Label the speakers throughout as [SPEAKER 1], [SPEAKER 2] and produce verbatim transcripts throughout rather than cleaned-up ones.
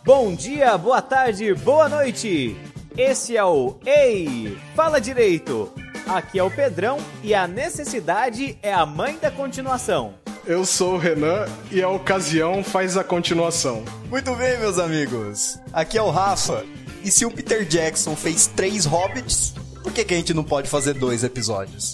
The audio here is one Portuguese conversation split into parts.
[SPEAKER 1] Bom dia, boa tarde, boa noite. Esse é o Ei, Fala Direito. Aqui é o Pedrão e a necessidade é a mãe da continuação.
[SPEAKER 2] Eu sou o Renan e a ocasião faz a continuação.
[SPEAKER 3] Muito bem, meus amigos. Aqui é o Rafa. E se o Peter Jackson fez três Hobbits, por que que a gente não pode fazer dois episódios?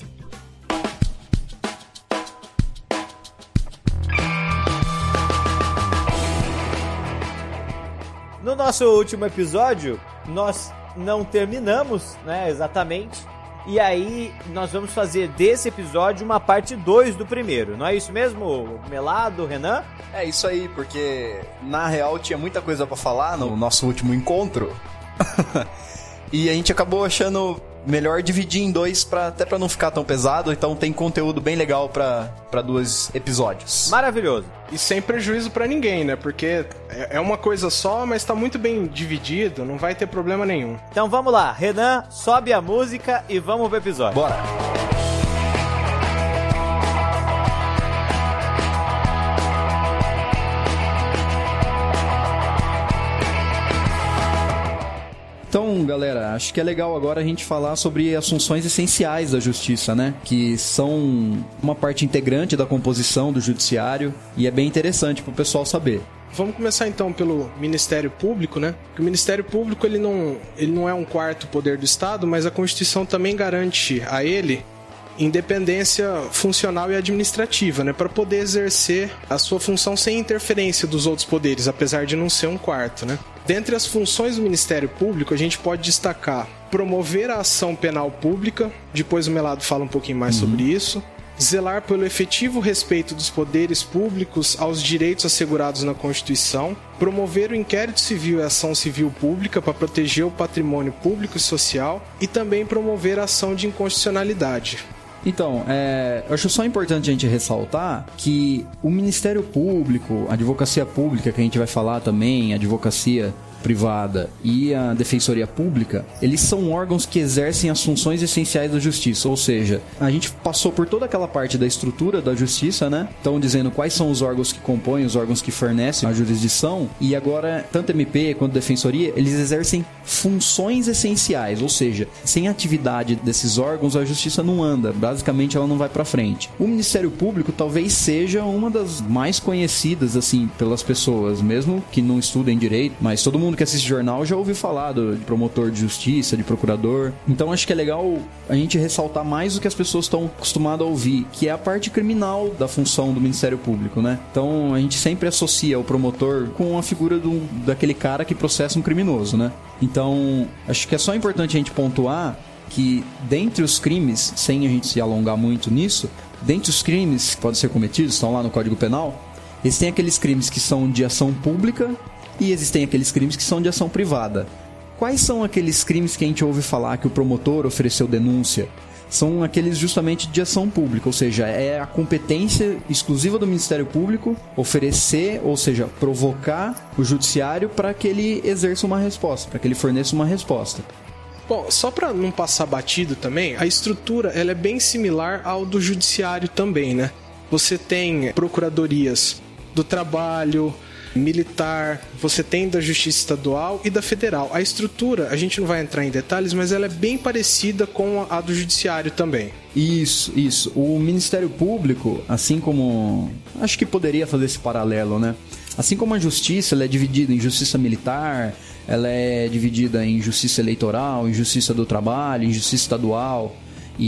[SPEAKER 1] No nosso último episódio, nós não terminamos, né, exatamente. E aí, nós vamos fazer desse episódio uma parte dois do primeiro. Não é isso mesmo, Melado, Renan?
[SPEAKER 3] É isso aí, porque na real tinha muita coisa pra falar no nosso último encontro. E a gente acabou achando melhor dividir em dois, pra, até pra não ficar tão pesado. Então tem conteúdo bem legal pra, pra dois episódios.
[SPEAKER 1] Maravilhoso.
[SPEAKER 2] E sem prejuízo pra ninguém, né? Porque é uma coisa só, mas tá muito bem dividido, não vai ter problema nenhum.
[SPEAKER 1] Então vamos lá, Renan, sobe a música e vamos pro episódio.
[SPEAKER 3] Bora! Então, galera, acho que é legal agora a gente falar sobre as funções essenciais da justiça, né? Que são uma parte integrante da composição do judiciário e é bem interessante pro pessoal saber.
[SPEAKER 2] Vamos começar então pelo Ministério Público, né? O Ministério Público ele não, ele não é um quarto poder do Estado, mas a Constituição também garante a ele independência funcional e administrativa, né? Para poder exercer a sua função sem interferência dos outros poderes, apesar de não ser um quarto, né? Dentre as funções do Ministério Público, a gente pode destacar promover a ação penal pública, depois o Melado fala um pouquinho mais uhum. sobre isso, zelar pelo efetivo respeito dos poderes públicos aos direitos assegurados na Constituição, promover o inquérito civil e a ação civil pública para proteger o patrimônio público e social e também promover a ação de inconstitucionalidade.
[SPEAKER 3] Então, é, eu acho só importante a gente ressaltar que o Ministério Público, a Advocacia Pública, que a gente vai falar também, a Advocacia Privada e a Defensoria Pública, eles são órgãos que exercem as funções essenciais da justiça, ou seja, a gente passou por toda aquela parte da estrutura da justiça, né? Então, dizendo quais são os órgãos que compõem, os órgãos que fornecem a jurisdição, e agora, tanto M P quanto Defensoria, eles exercem funções essenciais, ou seja, sem a atividade desses órgãos, a justiça não anda, basicamente ela não vai pra frente. O Ministério Público talvez seja uma das mais conhecidas, assim, pelas pessoas, mesmo que não estudem direito, mas todo mundo que assiste jornal já ouviu falar do, de promotor de justiça, de procurador. Então acho que é legal a gente ressaltar mais o que as pessoas estão acostumadas a ouvir, que é a parte criminal da função do Ministério Público, né? Então a gente sempre associa o promotor com a figura do, daquele cara que processa um criminoso, né? Então acho que é só importante a gente pontuar que dentre os crimes, sem a gente se alongar muito nisso, dentre os crimes que podem ser cometidos, estão lá no Código Penal, existem aqueles crimes que são de ação pública e existem aqueles crimes que são de ação privada. Quais são aqueles crimes que a gente ouve falar que o promotor ofereceu denúncia? São aqueles justamente de ação pública, ou seja, é a competência exclusiva do Ministério Público oferecer, ou seja, provocar o judiciário para que ele exerça uma resposta, para que ele forneça uma resposta.
[SPEAKER 2] Bom, só para não passar batido também, a estrutura ela é bem similar ao do judiciário também, né? Você tem procuradorias do trabalho, militar, você tem da Justiça Estadual e da Federal. A estrutura, a gente não vai entrar em detalhes, mas ela é bem parecida com a do Judiciário também.
[SPEAKER 3] Isso, isso. O Ministério Público, assim como... acho que poderia fazer esse paralelo, né? Assim como a Justiça, ela é dividida em Justiça Militar, ela é dividida em Justiça Eleitoral, em Justiça do Trabalho, em Justiça Estadual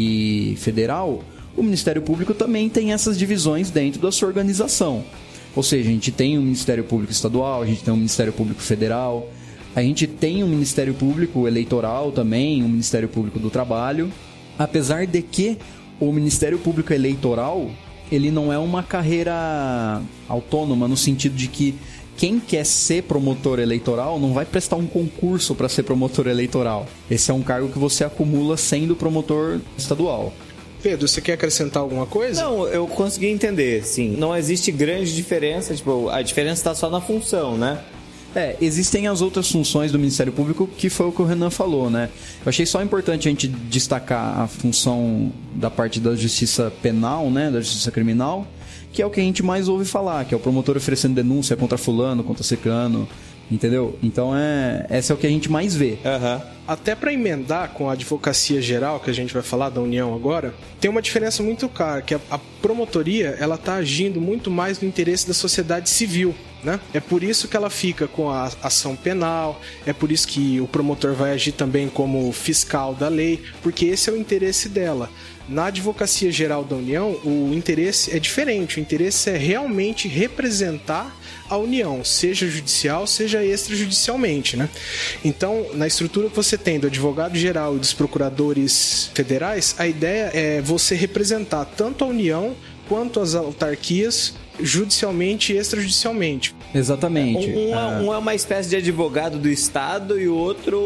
[SPEAKER 3] e Federal, o Ministério Público também tem essas divisões dentro da sua organização. Ou seja, a gente tem um Ministério Público Estadual, a gente tem um Ministério Público Federal, a gente tem um Ministério Público Eleitoral também, um Ministério Público do Trabalho. Apesar de que o Ministério Público Eleitoral, ele não é uma carreira autônoma, no sentido de que quem quer ser promotor eleitoral não vai prestar um concurso para ser promotor eleitoral. Esse é um cargo que você acumula sendo promotor estadual.
[SPEAKER 2] Pedro, você quer acrescentar alguma coisa?
[SPEAKER 1] Não, eu consegui entender, sim. Não existe grande diferença, tipo, a diferença está só na função, né?
[SPEAKER 3] É, existem as outras funções do Ministério Público, que foi o que o Renan falou, né? Eu achei só importante a gente destacar a função da parte da justiça penal, né? Da justiça criminal, que é o que a gente mais ouve falar, que é o promotor oferecendo denúncia contra fulano, contra ciclano, Entendeu? Então, é, esse é o que a gente mais vê.
[SPEAKER 1] Aham. Uhum.
[SPEAKER 2] Até para emendar com a advocacia geral, que a gente vai falar da União agora, tem uma diferença muito clara, que a, a promotoria, ela tá agindo muito mais no interesse da sociedade civil, né? É por isso que ela fica com a ação penal, é por isso que o promotor vai agir também como fiscal da lei, porque esse é o interesse dela. Na Advocacia Geral da União, o interesse é diferente, o interesse é realmente representar a União, seja judicial, seja extrajudicialmente, né? Então, na estrutura que você tem do advogado-geral e dos procuradores federais, a ideia é você representar tanto a União quanto as autarquias judicialmente e extrajudicialmente.
[SPEAKER 3] Exatamente.
[SPEAKER 1] Um, um,
[SPEAKER 3] ah.
[SPEAKER 1] é, um é uma espécie de advogado do Estado e o outro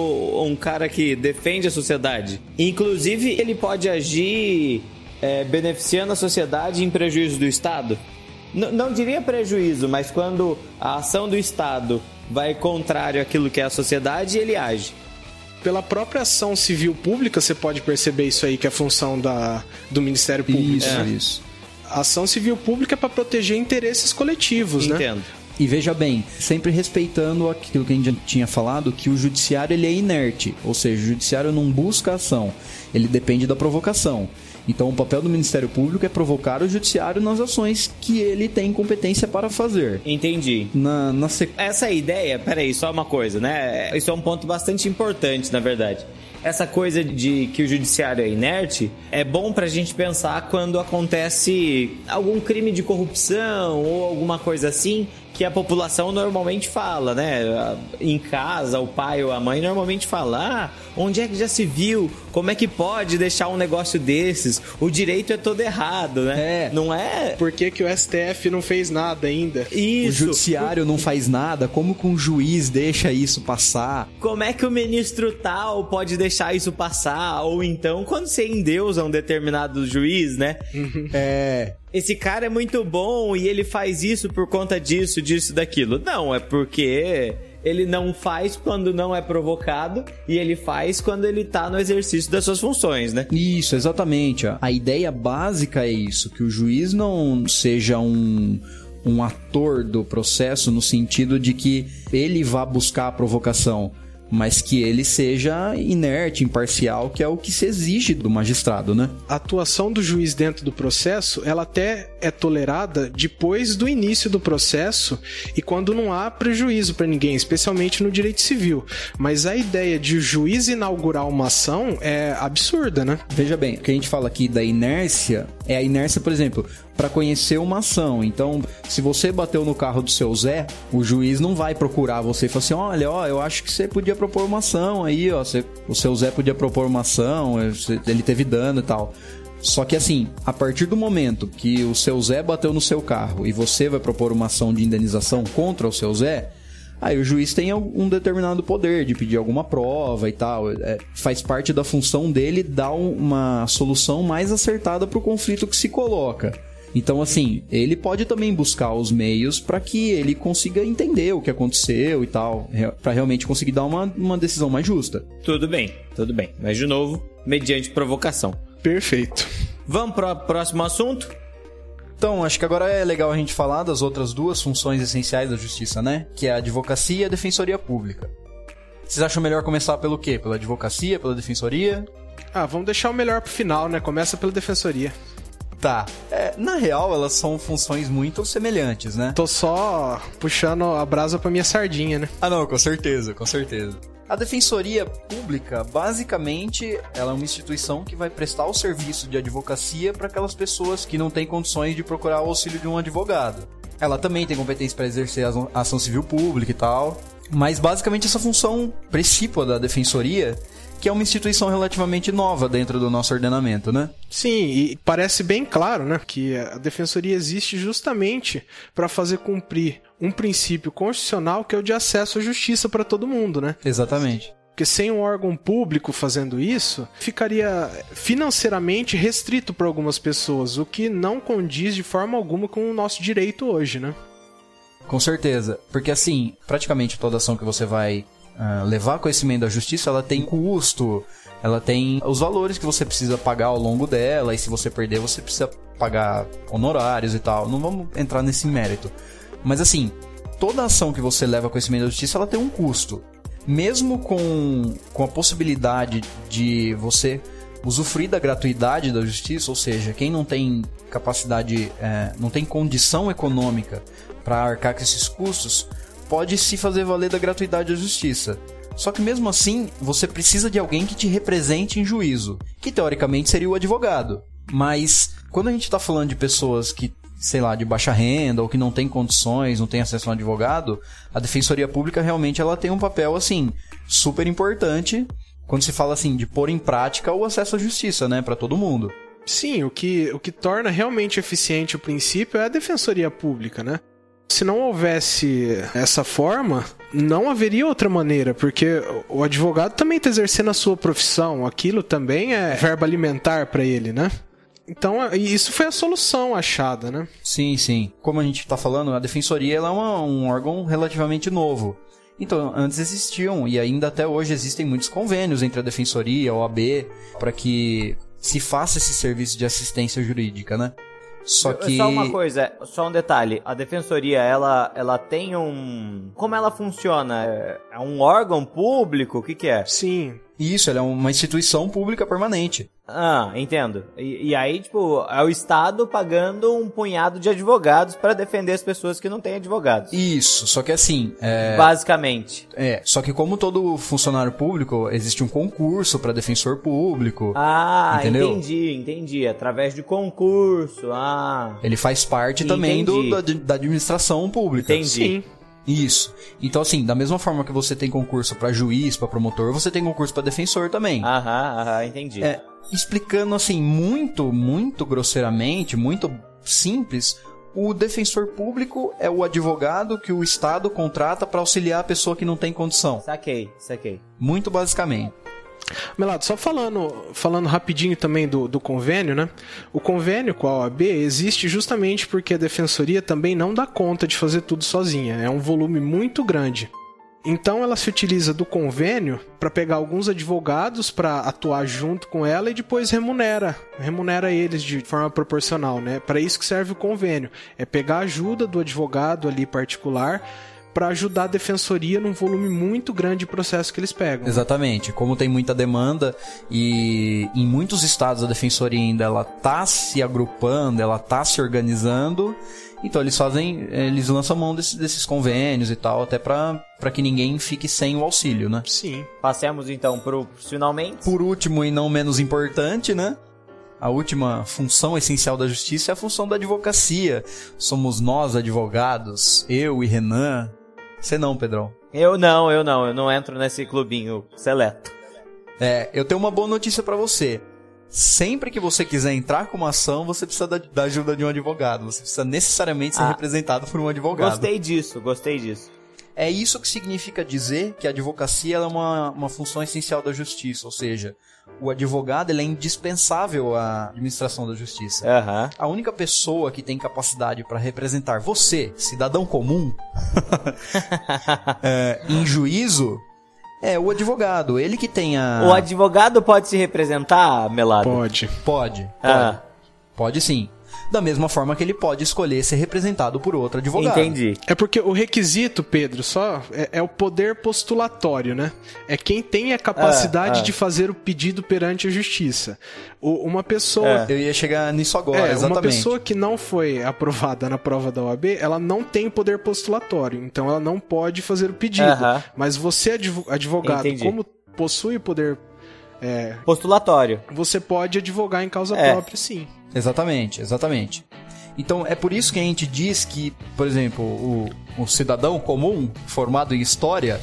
[SPEAKER 1] um cara que defende a sociedade. Inclusive, ele pode agir é, beneficiando a sociedade em prejuízo do Estado. N- não diria prejuízo, mas quando a ação do Estado vai contrário àquilo que é a sociedade, ele age.
[SPEAKER 2] Pela própria ação civil pública, você pode perceber isso aí, que é a função da, do Ministério Público.
[SPEAKER 3] Isso,
[SPEAKER 2] né?
[SPEAKER 3] isso.
[SPEAKER 2] A ação civil pública é para proteger interesses coletivos, né?
[SPEAKER 1] Entendo.
[SPEAKER 3] E veja bem, sempre respeitando aquilo que a gente já tinha falado, que o judiciário ele é inerte, ou seja, o judiciário não busca ação, ele depende da provocação. Então o papel do Ministério Público é provocar o judiciário nas ações que ele tem competência para fazer.
[SPEAKER 1] Entendi.
[SPEAKER 3] Na, na sequ...
[SPEAKER 1] Essa ideia, peraí, só uma coisa, né? Isso é um ponto bastante importante, na verdade. Essa coisa de que o judiciário é inerte é bom pra gente pensar quando acontece algum crime de corrupção ou alguma coisa assim que a população normalmente fala, né? Em casa, o pai ou a mãe normalmente fala: ah, onde é que já se viu? Como é que pode deixar um negócio desses? O direito é todo errado, né?
[SPEAKER 3] É.
[SPEAKER 1] Não é?
[SPEAKER 2] Por que que o S T F não fez nada ainda?
[SPEAKER 1] Isso.
[SPEAKER 3] O judiciário não faz nada, como que um juiz deixa isso passar?
[SPEAKER 1] Como é que o ministro tal pode deixar isso passar? Ou então, quando você endeusa um determinado juiz, né?
[SPEAKER 3] É...
[SPEAKER 1] Esse cara é muito bom e ele faz isso por conta disso, disso, daquilo. Não, é porque ele não faz quando não é provocado e ele faz quando ele tá no exercício das suas funções, né?
[SPEAKER 3] Isso, exatamente. Ó. A ideia básica é isso, que o juiz não seja um... um ator do processo no sentido de que ele vá buscar a provocação, mas que ele seja inerte, imparcial, que é o que se exige do magistrado, né?
[SPEAKER 2] A atuação do juiz dentro do processo, ela até é tolerada depois do início do processo e quando não há prejuízo para ninguém, especialmente no direito civil. Mas a ideia de o juiz inaugurar uma ação é absurda, né?
[SPEAKER 3] Veja bem, o que a gente fala aqui da inércia é a inércia, por exemplo, para conhecer uma ação. Então, se você bateu no carro do seu Zé, o juiz não vai procurar você e falar assim: olha, ó, eu acho que você podia propor uma ação aí, ó, você, o seu Zé podia propor uma ação, ele teve dano e tal. Só que assim, a partir do momento que o seu Zé bateu no seu carro e você vai propor uma ação de indenização contra o seu Zé, aí o juiz tem um determinado poder de pedir alguma prova e tal. É, faz parte da função dele dar uma solução mais acertada para o conflito que se coloca. Então, assim, ele pode também buscar os meios para que ele consiga entender o que aconteceu e tal, para realmente conseguir dar uma, uma decisão mais justa.
[SPEAKER 1] Tudo bem, tudo bem. Mas, de novo, mediante provocação.
[SPEAKER 2] Perfeito.
[SPEAKER 1] Vamos para o próximo assunto?
[SPEAKER 3] Então, acho que agora é legal a gente falar das outras duas funções essenciais da justiça, né? Que é a advocacia e a defensoria pública. Vocês acham melhor começar pelo quê? Pela advocacia, pela defensoria?
[SPEAKER 2] Ah, vamos deixar o melhor pro final, né? Começa pela defensoria.
[SPEAKER 3] Tá. É, na real, elas são funções muito semelhantes, né?
[SPEAKER 2] Tô só puxando a brasa pra minha sardinha, né?
[SPEAKER 3] Ah, não, com certeza, com certeza. A defensoria pública, basicamente, ela é uma instituição que vai prestar o serviço de advocacia para aquelas pessoas que não têm condições de procurar o auxílio de um advogado. Ela também tem competência para exercer a ação civil pública e tal, mas basicamente essa função precípua da defensoria, que é uma instituição relativamente nova dentro do nosso ordenamento, né?
[SPEAKER 2] Sim, e parece bem claro, né, que a defensoria existe justamente para fazer cumprir um princípio constitucional que é o de acesso à justiça para todo mundo, né?
[SPEAKER 3] Exatamente.
[SPEAKER 2] Porque sem um órgão público fazendo isso, ficaria financeiramente restrito para algumas pessoas, o que não condiz de forma alguma com o nosso direito hoje, né?
[SPEAKER 3] Com certeza, porque assim, praticamente toda ação que você vai Uh, levar conhecimento da justiça, ela tem custo, ela tem os valores que você precisa pagar ao longo dela, e se você perder, você precisa pagar honorários e tal. Não vamos entrar nesse mérito. Mas assim, toda ação que você leva a conhecimento da justiça, ela tem um custo. Mesmo com, com a possibilidade de você usufruir da gratuidade da justiça, ou seja, quem não tem capacidade, é, não tem condição econômica para arcar com esses custos, pode se fazer valer da gratuidade da justiça. Só que mesmo assim, você precisa de alguém que te represente em juízo, que teoricamente seria o advogado. Mas quando a gente está falando de pessoas que, sei lá, de baixa renda ou que não tem condições, não tem acesso a um advogado, a Defensoria Pública realmente ela tem um papel assim super importante quando se fala assim de pôr em prática o acesso à justiça, né, para todo mundo.
[SPEAKER 2] Sim, o que, o que torna realmente eficiente o princípio é a Defensoria Pública, né? Se não houvesse essa forma, não haveria outra maneira, porque o advogado também está exercendo a sua profissão, aquilo também é verba alimentar para ele, né? Então, isso foi a solução achada, né?
[SPEAKER 3] Sim, sim. Como a gente está falando, a Defensoria ela é uma, um órgão relativamente novo. Então, antes existiam, e ainda até hoje existem muitos convênios entre a Defensoria, a O A B, para que se faça esse serviço de assistência jurídica, né? Só que...
[SPEAKER 1] Só uma coisa, só um detalhe. A Defensoria, ela, ela tem um... Como ela funciona? É um órgão público? O que que é?
[SPEAKER 2] Sim.
[SPEAKER 3] Isso, ela é uma instituição pública permanente.
[SPEAKER 1] Ah, entendo. E, e aí, tipo, é o Estado pagando um punhado de advogados para defender as pessoas que não têm advogados.
[SPEAKER 3] Isso, só que assim... É...
[SPEAKER 1] Basicamente.
[SPEAKER 3] É, só que como todo funcionário público, existe um concurso para defensor público.
[SPEAKER 1] Ah,
[SPEAKER 3] entendeu?
[SPEAKER 1] entendi, entendi. Através de concurso, ah...
[SPEAKER 3] Ele faz parte também do, da, da administração pública.
[SPEAKER 1] Entendi.
[SPEAKER 2] Sim.
[SPEAKER 3] Isso. Então, assim, da mesma forma que você tem concurso para juiz, para promotor, você tem concurso para defensor também.
[SPEAKER 1] Aham, aham, entendi.
[SPEAKER 3] É, explicando, assim, muito, muito grosseiramente, muito simples, o defensor público é o advogado que o Estado contrata para auxiliar a pessoa que não tem condição.
[SPEAKER 1] Saquei, saquei.
[SPEAKER 3] Muito basicamente.
[SPEAKER 2] Melado, só falando, falando rapidinho também do, do convênio, né? O convênio com a O A B existe justamente porque a Defensoria também não dá conta de fazer tudo sozinha. É um volume muito grande. Então ela se utiliza do convênio para pegar alguns advogados para atuar junto com ela e depois remunera, remunera eles de forma proporcional, né? Para isso que serve o convênio. É pegar a ajuda do advogado ali particular para ajudar a defensoria num volume muito grande de processo que eles pegam.
[SPEAKER 3] Exatamente. Como tem muita demanda e em muitos estados a defensoria ainda ela tá se agrupando, ela tá se organizando, então eles fazem, eles lançam mão desses, desses convênios e tal, até para para que ninguém fique sem o auxílio, né?
[SPEAKER 2] Sim.
[SPEAKER 1] Passemos então pro finalmente.
[SPEAKER 3] Por último e não menos importante, né? A última função essencial da justiça é a função da advocacia. Somos nós, advogados, eu e Renan. Você não, Pedrão.
[SPEAKER 1] Eu não, eu não. Eu não entro nesse clubinho seleto.
[SPEAKER 3] É, eu tenho uma boa notícia pra você. Sempre que você quiser entrar com uma ação, você precisa da, da ajuda de um advogado. Você precisa necessariamente ser ah, representado por um advogado.
[SPEAKER 1] Gostei disso, gostei disso.
[SPEAKER 3] É isso que significa dizer que a advocacia ela é uma, uma função essencial da justiça, ou seja, o advogado ele é indispensável à administração da justiça.
[SPEAKER 1] Uhum.
[SPEAKER 3] A única pessoa que tem capacidade para representar você, cidadão comum, é, em juízo, é o advogado. Ele que tem a...
[SPEAKER 1] O advogado pode se representar, Melado?
[SPEAKER 2] Pode.
[SPEAKER 3] Pode, pode.
[SPEAKER 1] Ah.
[SPEAKER 3] Pode sim. Da mesma forma que ele pode escolher ser representado por outro advogado.
[SPEAKER 1] Entendi.
[SPEAKER 2] É porque o requisito, Pedro, só é, é o poder postulatório, né? É quem tem a capacidade ah, ah. de fazer o pedido perante a justiça. O, uma pessoa...
[SPEAKER 3] É. Eu ia chegar nisso agora,
[SPEAKER 2] é,
[SPEAKER 3] exatamente.
[SPEAKER 2] Uma pessoa que não foi aprovada na prova da O A B, ela não tem poder postulatório, então ela não pode fazer o pedido. Uh-huh. Mas você, advogado, Entendi. Como possui o poder... É,
[SPEAKER 1] postulatório.
[SPEAKER 2] Você pode advogar em causa
[SPEAKER 1] é.
[SPEAKER 2] própria, sim.
[SPEAKER 3] Exatamente, exatamente. Então, é por isso que a gente diz que, por exemplo, o, o cidadão comum, formado em história...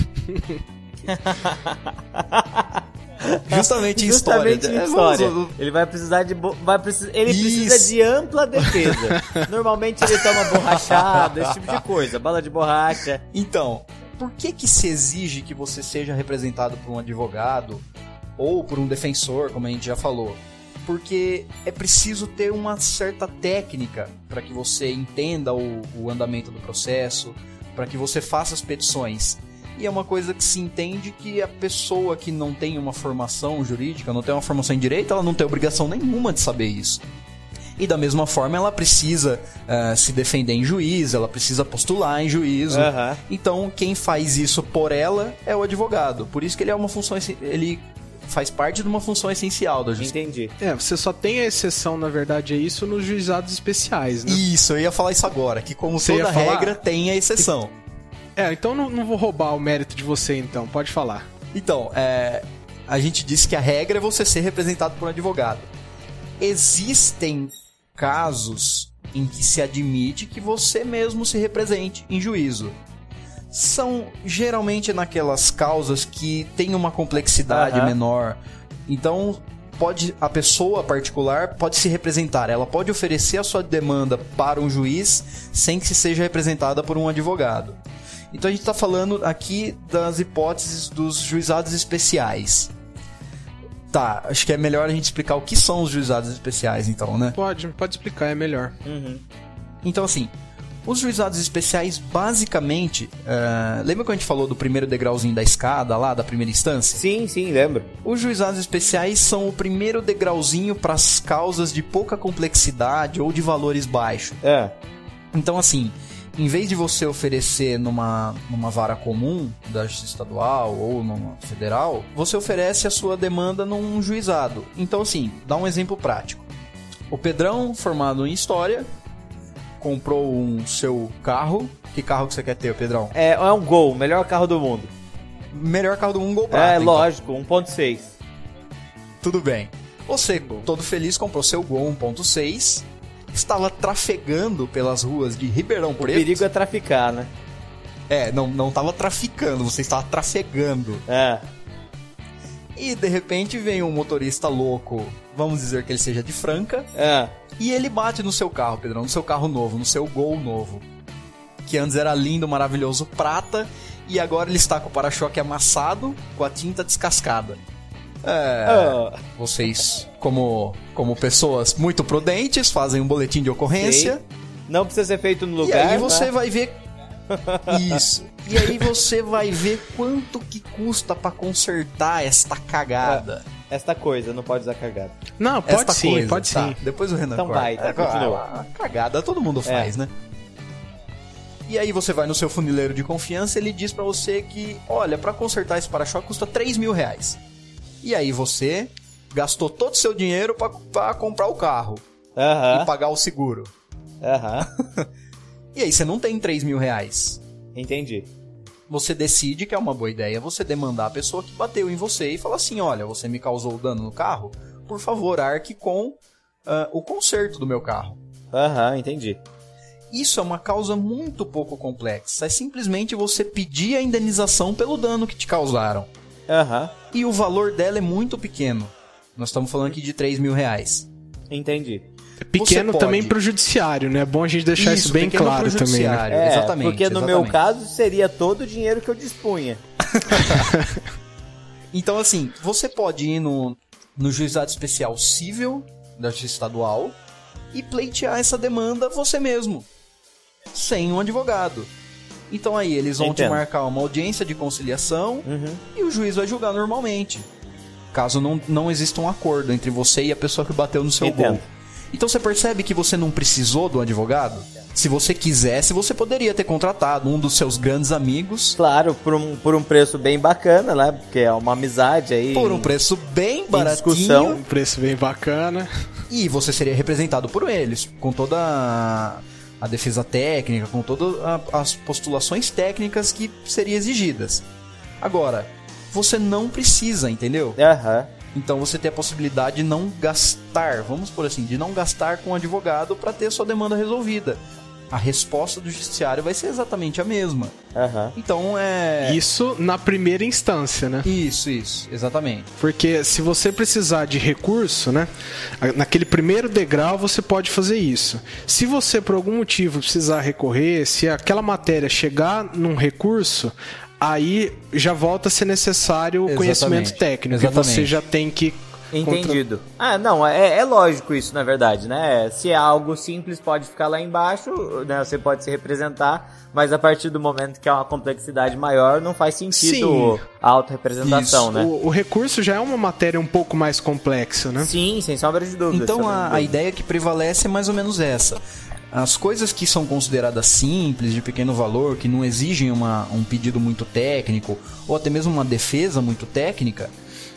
[SPEAKER 3] Justamente em
[SPEAKER 1] Justamente
[SPEAKER 3] história.
[SPEAKER 1] Em história. É, ele vai precisar de... Bo... vai precis... Ele Isso. precisa de ampla defesa. Normalmente ele toma borrachada, esse tipo de coisa. Bala de borracha.
[SPEAKER 3] Então, por que que se exige que você seja representado por um advogado ou por um defensor, como a gente já falou? Porque é preciso ter uma certa técnica para que você entenda o, o andamento do processo, para que você faça as petições. E é uma coisa que se entende que a pessoa que não tem uma formação jurídica, não tem uma formação em direito, ela não tem obrigação nenhuma de saber isso. E da mesma forma ela precisa uh, se defender em juízo, ela precisa postular em juízo.
[SPEAKER 1] Uhum.
[SPEAKER 3] Então quem faz isso por ela é o advogado. Por isso que ele é uma função, ele faz parte de uma função essencial da justiça.
[SPEAKER 1] Entendi.
[SPEAKER 2] É, você só tem a exceção, na verdade, é isso nos juizados especiais, né?
[SPEAKER 3] Isso, eu ia falar isso agora, que como
[SPEAKER 2] Você
[SPEAKER 3] toda
[SPEAKER 2] ia falar?
[SPEAKER 3] regra tem a exceção.
[SPEAKER 2] É, então não, não vou roubar o mérito de você, então. Pode falar.
[SPEAKER 3] Então, é, a gente disse que a regra é você ser representado por um advogado. Existem casos em que se admite que você mesmo se represente em juízo. São geralmente naquelas causas que tem uma complexidade
[SPEAKER 1] Uhum.
[SPEAKER 3] menor. Então, pode, a pessoa particular pode se representar. Ela pode oferecer a sua demanda para um juiz sem que se seja representada por um advogado. Então a gente está falando aqui das hipóteses dos juizados especiais. Tá, acho que é melhor a gente explicar o que são os juizados especiais, então, né?
[SPEAKER 2] Pode, pode explicar, é melhor.
[SPEAKER 1] Uhum.
[SPEAKER 3] Então, assim, os juizados especiais, basicamente... Uh, lembra quando a gente falou do primeiro degrauzinho da escada lá, da primeira instância?
[SPEAKER 1] Sim, sim, lembro.
[SPEAKER 3] Os juizados especiais são o primeiro degrauzinho para as causas de pouca complexidade ou de valores baixos.
[SPEAKER 1] É.
[SPEAKER 3] Então, assim... Em vez de você oferecer numa, numa vara comum da justiça estadual ou numa federal, você oferece a sua demanda num juizado. Então, assim, dá um exemplo prático. O Pedrão, formado em História, comprou um seu carro. Que carro que você quer ter, Pedrão?
[SPEAKER 1] É, é um Gol, o melhor carro do mundo.
[SPEAKER 3] Melhor carro do mundo, Gol Prata.
[SPEAKER 1] É,
[SPEAKER 3] então.
[SPEAKER 1] lógico, um ponto seis.
[SPEAKER 3] Tudo bem. Você, todo feliz, comprou seu Gol um ponto seis... Estava trafegando pelas ruas de Ribeirão
[SPEAKER 1] O
[SPEAKER 3] Preto.
[SPEAKER 1] perigo é traficar, né?
[SPEAKER 3] É, não, não estava traficando, você estava trafegando.
[SPEAKER 1] É.
[SPEAKER 3] E de repente vem um motorista louco, vamos dizer que ele seja de Franca,
[SPEAKER 1] É.
[SPEAKER 3] e ele bate no seu carro, Pedrão, no seu carro novo, no seu Gol novo. Que antes era lindo, maravilhoso, prata, e agora ele está com o para-choque amassado, com a tinta descascada. É,
[SPEAKER 1] Ah.
[SPEAKER 3] vocês, como, como pessoas muito prudentes, fazem um boletim de ocorrência.
[SPEAKER 1] Sei. Não precisa ser feito no
[SPEAKER 3] E
[SPEAKER 1] lugar.
[SPEAKER 3] aí você
[SPEAKER 1] né?
[SPEAKER 3] vai ver... Isso. E aí você vai ver quanto que custa pra consertar esta cagada.
[SPEAKER 1] Esta coisa, não pode usar cagada.
[SPEAKER 2] Não, pode
[SPEAKER 3] Esta
[SPEAKER 2] sim,
[SPEAKER 3] coisa,
[SPEAKER 2] pode
[SPEAKER 3] tá.
[SPEAKER 2] sim.
[SPEAKER 3] Depois o Renan
[SPEAKER 1] Então
[SPEAKER 3] corta.
[SPEAKER 1] vai, tá,
[SPEAKER 3] É,
[SPEAKER 1] continua.
[SPEAKER 3] a cagada todo mundo faz,
[SPEAKER 1] É.
[SPEAKER 3] né? E aí você vai no seu funileiro de confiança e ele diz pra você que, olha, pra consertar esse para-choque custa três mil reais. E aí você gastou todo o seu dinheiro pra, pra comprar o carro
[SPEAKER 1] Aham.
[SPEAKER 3] e pagar o seguro.
[SPEAKER 1] Aham.
[SPEAKER 3] E aí você não tem três mil reais.
[SPEAKER 1] Entendi.
[SPEAKER 3] Você decide que é uma boa ideia você demandar a pessoa que bateu em você e falar assim, olha, você me causou dano no carro, por favor, arque com uh, o conserto do meu carro.
[SPEAKER 1] Aham, entendi.
[SPEAKER 3] Isso é uma causa muito pouco complexa. É simplesmente você pedir a indenização pelo dano que te causaram.
[SPEAKER 1] Aham.
[SPEAKER 3] E o valor dela é muito pequeno. Nós estamos falando aqui de três mil reais.
[SPEAKER 1] Entendi.
[SPEAKER 2] É pequeno
[SPEAKER 3] Você pode.
[SPEAKER 2] também pro judiciário, né? É bom a gente deixar isso, bem
[SPEAKER 3] pequeno
[SPEAKER 2] claro
[SPEAKER 3] pro
[SPEAKER 2] também, né?
[SPEAKER 3] judiciário,
[SPEAKER 1] É,
[SPEAKER 3] exatamente.
[SPEAKER 1] porque no
[SPEAKER 3] exatamente.
[SPEAKER 1] meu caso seria todo o dinheiro que eu dispunha.
[SPEAKER 3] Então, assim, você pode ir no, no juizado especial civil da justiça estadual e pleitear essa demanda você mesmo, sem um advogado. Então aí eles vão
[SPEAKER 1] Entendo.
[SPEAKER 3] te marcar uma audiência de conciliação
[SPEAKER 1] Uhum.
[SPEAKER 3] e o juiz vai julgar normalmente, caso não, não exista um acordo entre você e a pessoa que bateu no seu
[SPEAKER 1] Entendo.
[SPEAKER 3] gol. Então você percebe que você não precisou do advogado? Se você quisesse, você poderia ter contratado um dos seus grandes amigos
[SPEAKER 1] Claro, por um, por um preço bem bacana, né? Porque é uma amizade aí.
[SPEAKER 3] por um preço bem baratinho.
[SPEAKER 1] discussão.
[SPEAKER 2] Um preço bem bacana.
[SPEAKER 3] E você seria representado por eles, com toda a, a defesa técnica, com todas a- as postulações técnicas que seriam exigidas. Agora, você não precisa, entendeu?
[SPEAKER 1] Aham.
[SPEAKER 3] Então você tem a possibilidade de não gastar, vamos por assim, de não gastar com um advogado para ter sua demanda resolvida. A resposta do judiciário vai ser exatamente a mesma.
[SPEAKER 1] Aham.
[SPEAKER 3] Então é...
[SPEAKER 2] Isso na primeira instância, né?
[SPEAKER 3] Isso, isso, exatamente.
[SPEAKER 2] Porque se você precisar de recurso, né? Naquele primeiro degrau você pode fazer isso. Se você por algum motivo precisar recorrer, se aquela matéria chegar num recurso, aí já volta a ser necessário o
[SPEAKER 3] Exatamente.
[SPEAKER 2] conhecimento técnico. E
[SPEAKER 3] Exatamente.
[SPEAKER 2] você já tem que
[SPEAKER 1] Entendido. Contra... Ah, não, é, é lógico isso, na verdade, né? Se é algo simples, pode ficar lá embaixo, né? Você pode se representar, mas a partir do momento que é uma complexidade maior, não faz sentido Sim. a autorrepresentação, né?
[SPEAKER 2] O, o recurso já é uma matéria um pouco mais complexa, né?
[SPEAKER 1] Sim, sem sombra de dúvida.
[SPEAKER 3] Então a, a ideia que prevalece é mais ou menos essa. As coisas que são consideradas simples, de pequeno valor, que não exigem uma, um pedido muito técnico, ou até mesmo uma defesa muito técnica,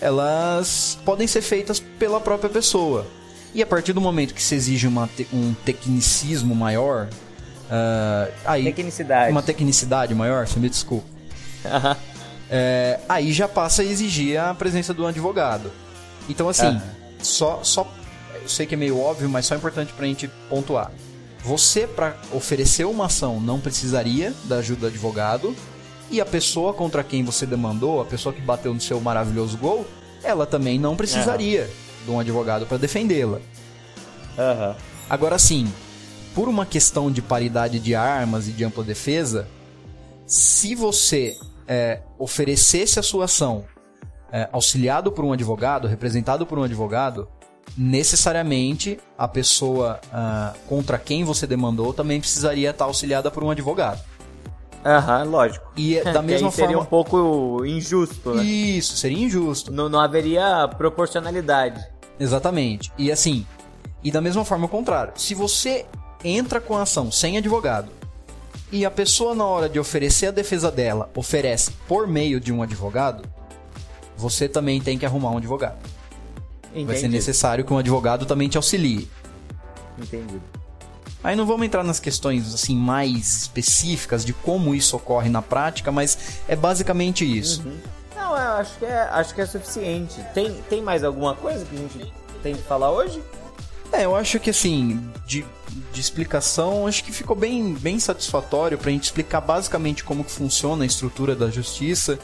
[SPEAKER 3] elas podem ser feitas pela própria pessoa. E a partir do momento que se exige uma te- um tecnicismo maior... Uh, aí,
[SPEAKER 1] tecnicidade.
[SPEAKER 3] Uma tecnicidade maior, você me desculpa.
[SPEAKER 1] Uh-huh.
[SPEAKER 3] É, aí já passa a exigir a presença do advogado. Então, assim, uh-huh. só, só... Eu sei que é meio óbvio, mas só é importante pra gente pontuar. Você, para oferecer uma ação, não precisaria da ajuda do advogado. E a pessoa contra quem você demandou, a pessoa que bateu no seu maravilhoso gol, ela também não precisaria uhum. de um advogado para defendê-la.
[SPEAKER 1] Uhum.
[SPEAKER 3] Agora sim, por uma questão de paridade de armas e de ampla defesa, se você é, oferecesse a sua ação é, auxiliado por um advogado, representado por um advogado, necessariamente a pessoa uh, contra quem você demandou também precisaria estar auxiliada por um advogado.
[SPEAKER 1] Aham, uhum, lógico.
[SPEAKER 3] E da mesma
[SPEAKER 1] seria
[SPEAKER 3] forma...
[SPEAKER 1] um pouco injusto, né?
[SPEAKER 3] Isso, seria injusto.
[SPEAKER 1] Não, não haveria proporcionalidade.
[SPEAKER 3] Exatamente. E assim, e da mesma forma o contrário. Se você entra com a ação sem advogado e a pessoa na hora de oferecer a defesa dela oferece por meio de um advogado, você também tem que arrumar um advogado. Entendi. Vai ser necessário que um advogado também te auxilie.
[SPEAKER 1] Entendido.
[SPEAKER 3] Aí não vamos entrar nas questões assim mais específicas de como isso ocorre na prática, mas é basicamente isso.
[SPEAKER 1] Uhum. Não, eu acho que é, acho que é suficiente. Tem, tem mais alguma coisa que a gente tem que falar hoje?
[SPEAKER 3] É, eu acho que assim, de, de explicação, acho que ficou bem, bem satisfatório pra gente explicar basicamente como que funciona a estrutura da justiça,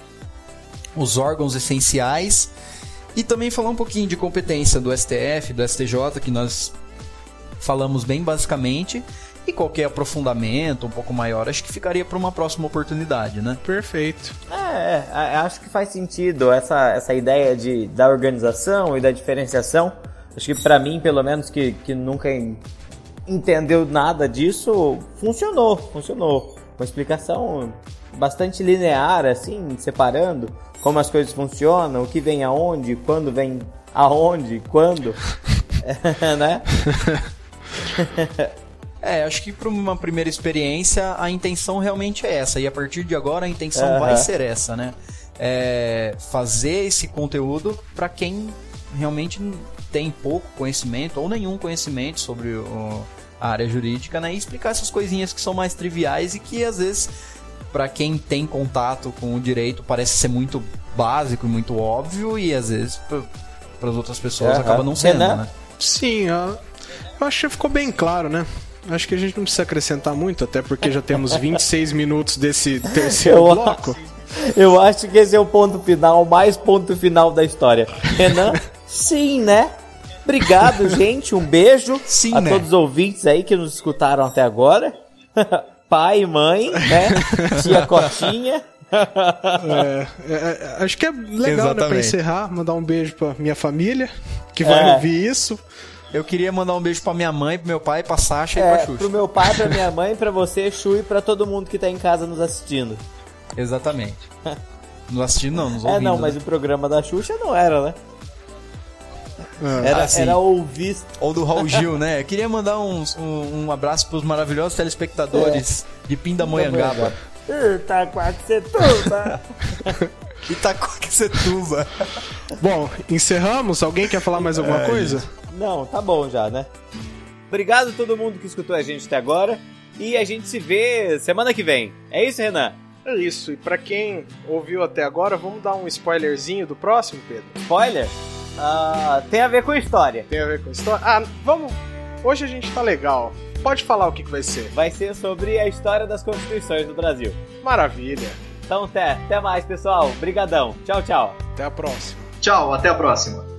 [SPEAKER 3] os órgãos essenciais, e também falar um pouquinho de competência do S T F, do S T J, que nós falamos bem basicamente, e qualquer aprofundamento um pouco maior, acho que ficaria para uma próxima oportunidade, né?
[SPEAKER 2] Perfeito.
[SPEAKER 1] É, é, acho que faz sentido essa, essa ideia de, da organização e da diferenciação. Acho que para mim, pelo menos, que, que nunca entendeu nada disso, funcionou, funcionou. Uma explicação bastante linear, assim, separando como as coisas funcionam, o que vem aonde, quando vem aonde, quando, né?
[SPEAKER 3] É, acho que para uma primeira experiência a intenção realmente é essa, e a partir de agora a intenção
[SPEAKER 1] uhum. vai
[SPEAKER 3] ser essa, né? É fazer esse conteúdo para quem realmente tem pouco conhecimento ou nenhum conhecimento sobre o, a área jurídica, né? E explicar essas coisinhas que são mais triviais e que às vezes para quem tem contato com o direito parece ser muito básico e muito óbvio, e às vezes para as outras pessoas uhum. acaba não sendo,
[SPEAKER 1] é,
[SPEAKER 3] né?
[SPEAKER 2] Sim, eu acho que ficou bem claro, né? Acho que a gente não precisa acrescentar muito, até porque já temos vinte e seis minutos desse terceiro eu bloco.
[SPEAKER 1] Acho, eu acho que esse é o ponto final, mais ponto final da história. Renan, sim, né? Obrigado, gente. Um beijo
[SPEAKER 3] sim,
[SPEAKER 1] a
[SPEAKER 3] né?
[SPEAKER 1] todos os ouvintes aí que nos escutaram até agora. Pai e mãe, né? Tia Cotinha.
[SPEAKER 2] É, é, acho que é legal,
[SPEAKER 3] exatamente,
[SPEAKER 2] né, pra encerrar, mandar um beijo pra minha família, que vai
[SPEAKER 1] é.
[SPEAKER 2] ouvir isso.
[SPEAKER 3] Eu queria mandar um beijo pra minha mãe, pro meu pai, pra Sasha
[SPEAKER 1] é,
[SPEAKER 3] e pra Xuxa.
[SPEAKER 1] Pro meu pai, pra minha mãe, pra você, Chu, e pra todo mundo que tá em casa nos assistindo.
[SPEAKER 3] Exatamente. Nos assistindo não, nos ouvindo.
[SPEAKER 1] É, não, mas
[SPEAKER 3] né?
[SPEAKER 1] o programa da Xuxa não era, né?
[SPEAKER 2] Ah,
[SPEAKER 1] era,
[SPEAKER 3] assim,
[SPEAKER 1] era ouvir...
[SPEAKER 3] Ou do Raul Gil, né? Eu queria mandar um, um, um abraço pros maravilhosos telespectadores é. de Pindamonhangaba.
[SPEAKER 1] Itaquaquecetuba.
[SPEAKER 3] Itaquaquecetuba.
[SPEAKER 2] Bom, encerramos? Alguém quer falar mais alguma é, coisa?
[SPEAKER 1] Gente. Não, tá bom já, né? Obrigado a todo mundo que escutou a gente até agora. E a gente se vê semana que vem. É isso, Renan?
[SPEAKER 2] É isso. E pra quem ouviu até agora, vamos dar um spoilerzinho do próximo, Pedro?
[SPEAKER 1] Spoiler? Uh, tem a ver com história.
[SPEAKER 2] Tem a ver com história? Ah, vamos... Hoje a gente tá legal. Pode falar o que, que vai ser.
[SPEAKER 1] Vai ser sobre a história das constituições do Brasil.
[SPEAKER 2] Maravilha.
[SPEAKER 1] Então até, até mais, pessoal. Brigadão. Tchau, tchau.
[SPEAKER 2] Até a próxima.
[SPEAKER 4] Tchau, até a próxima.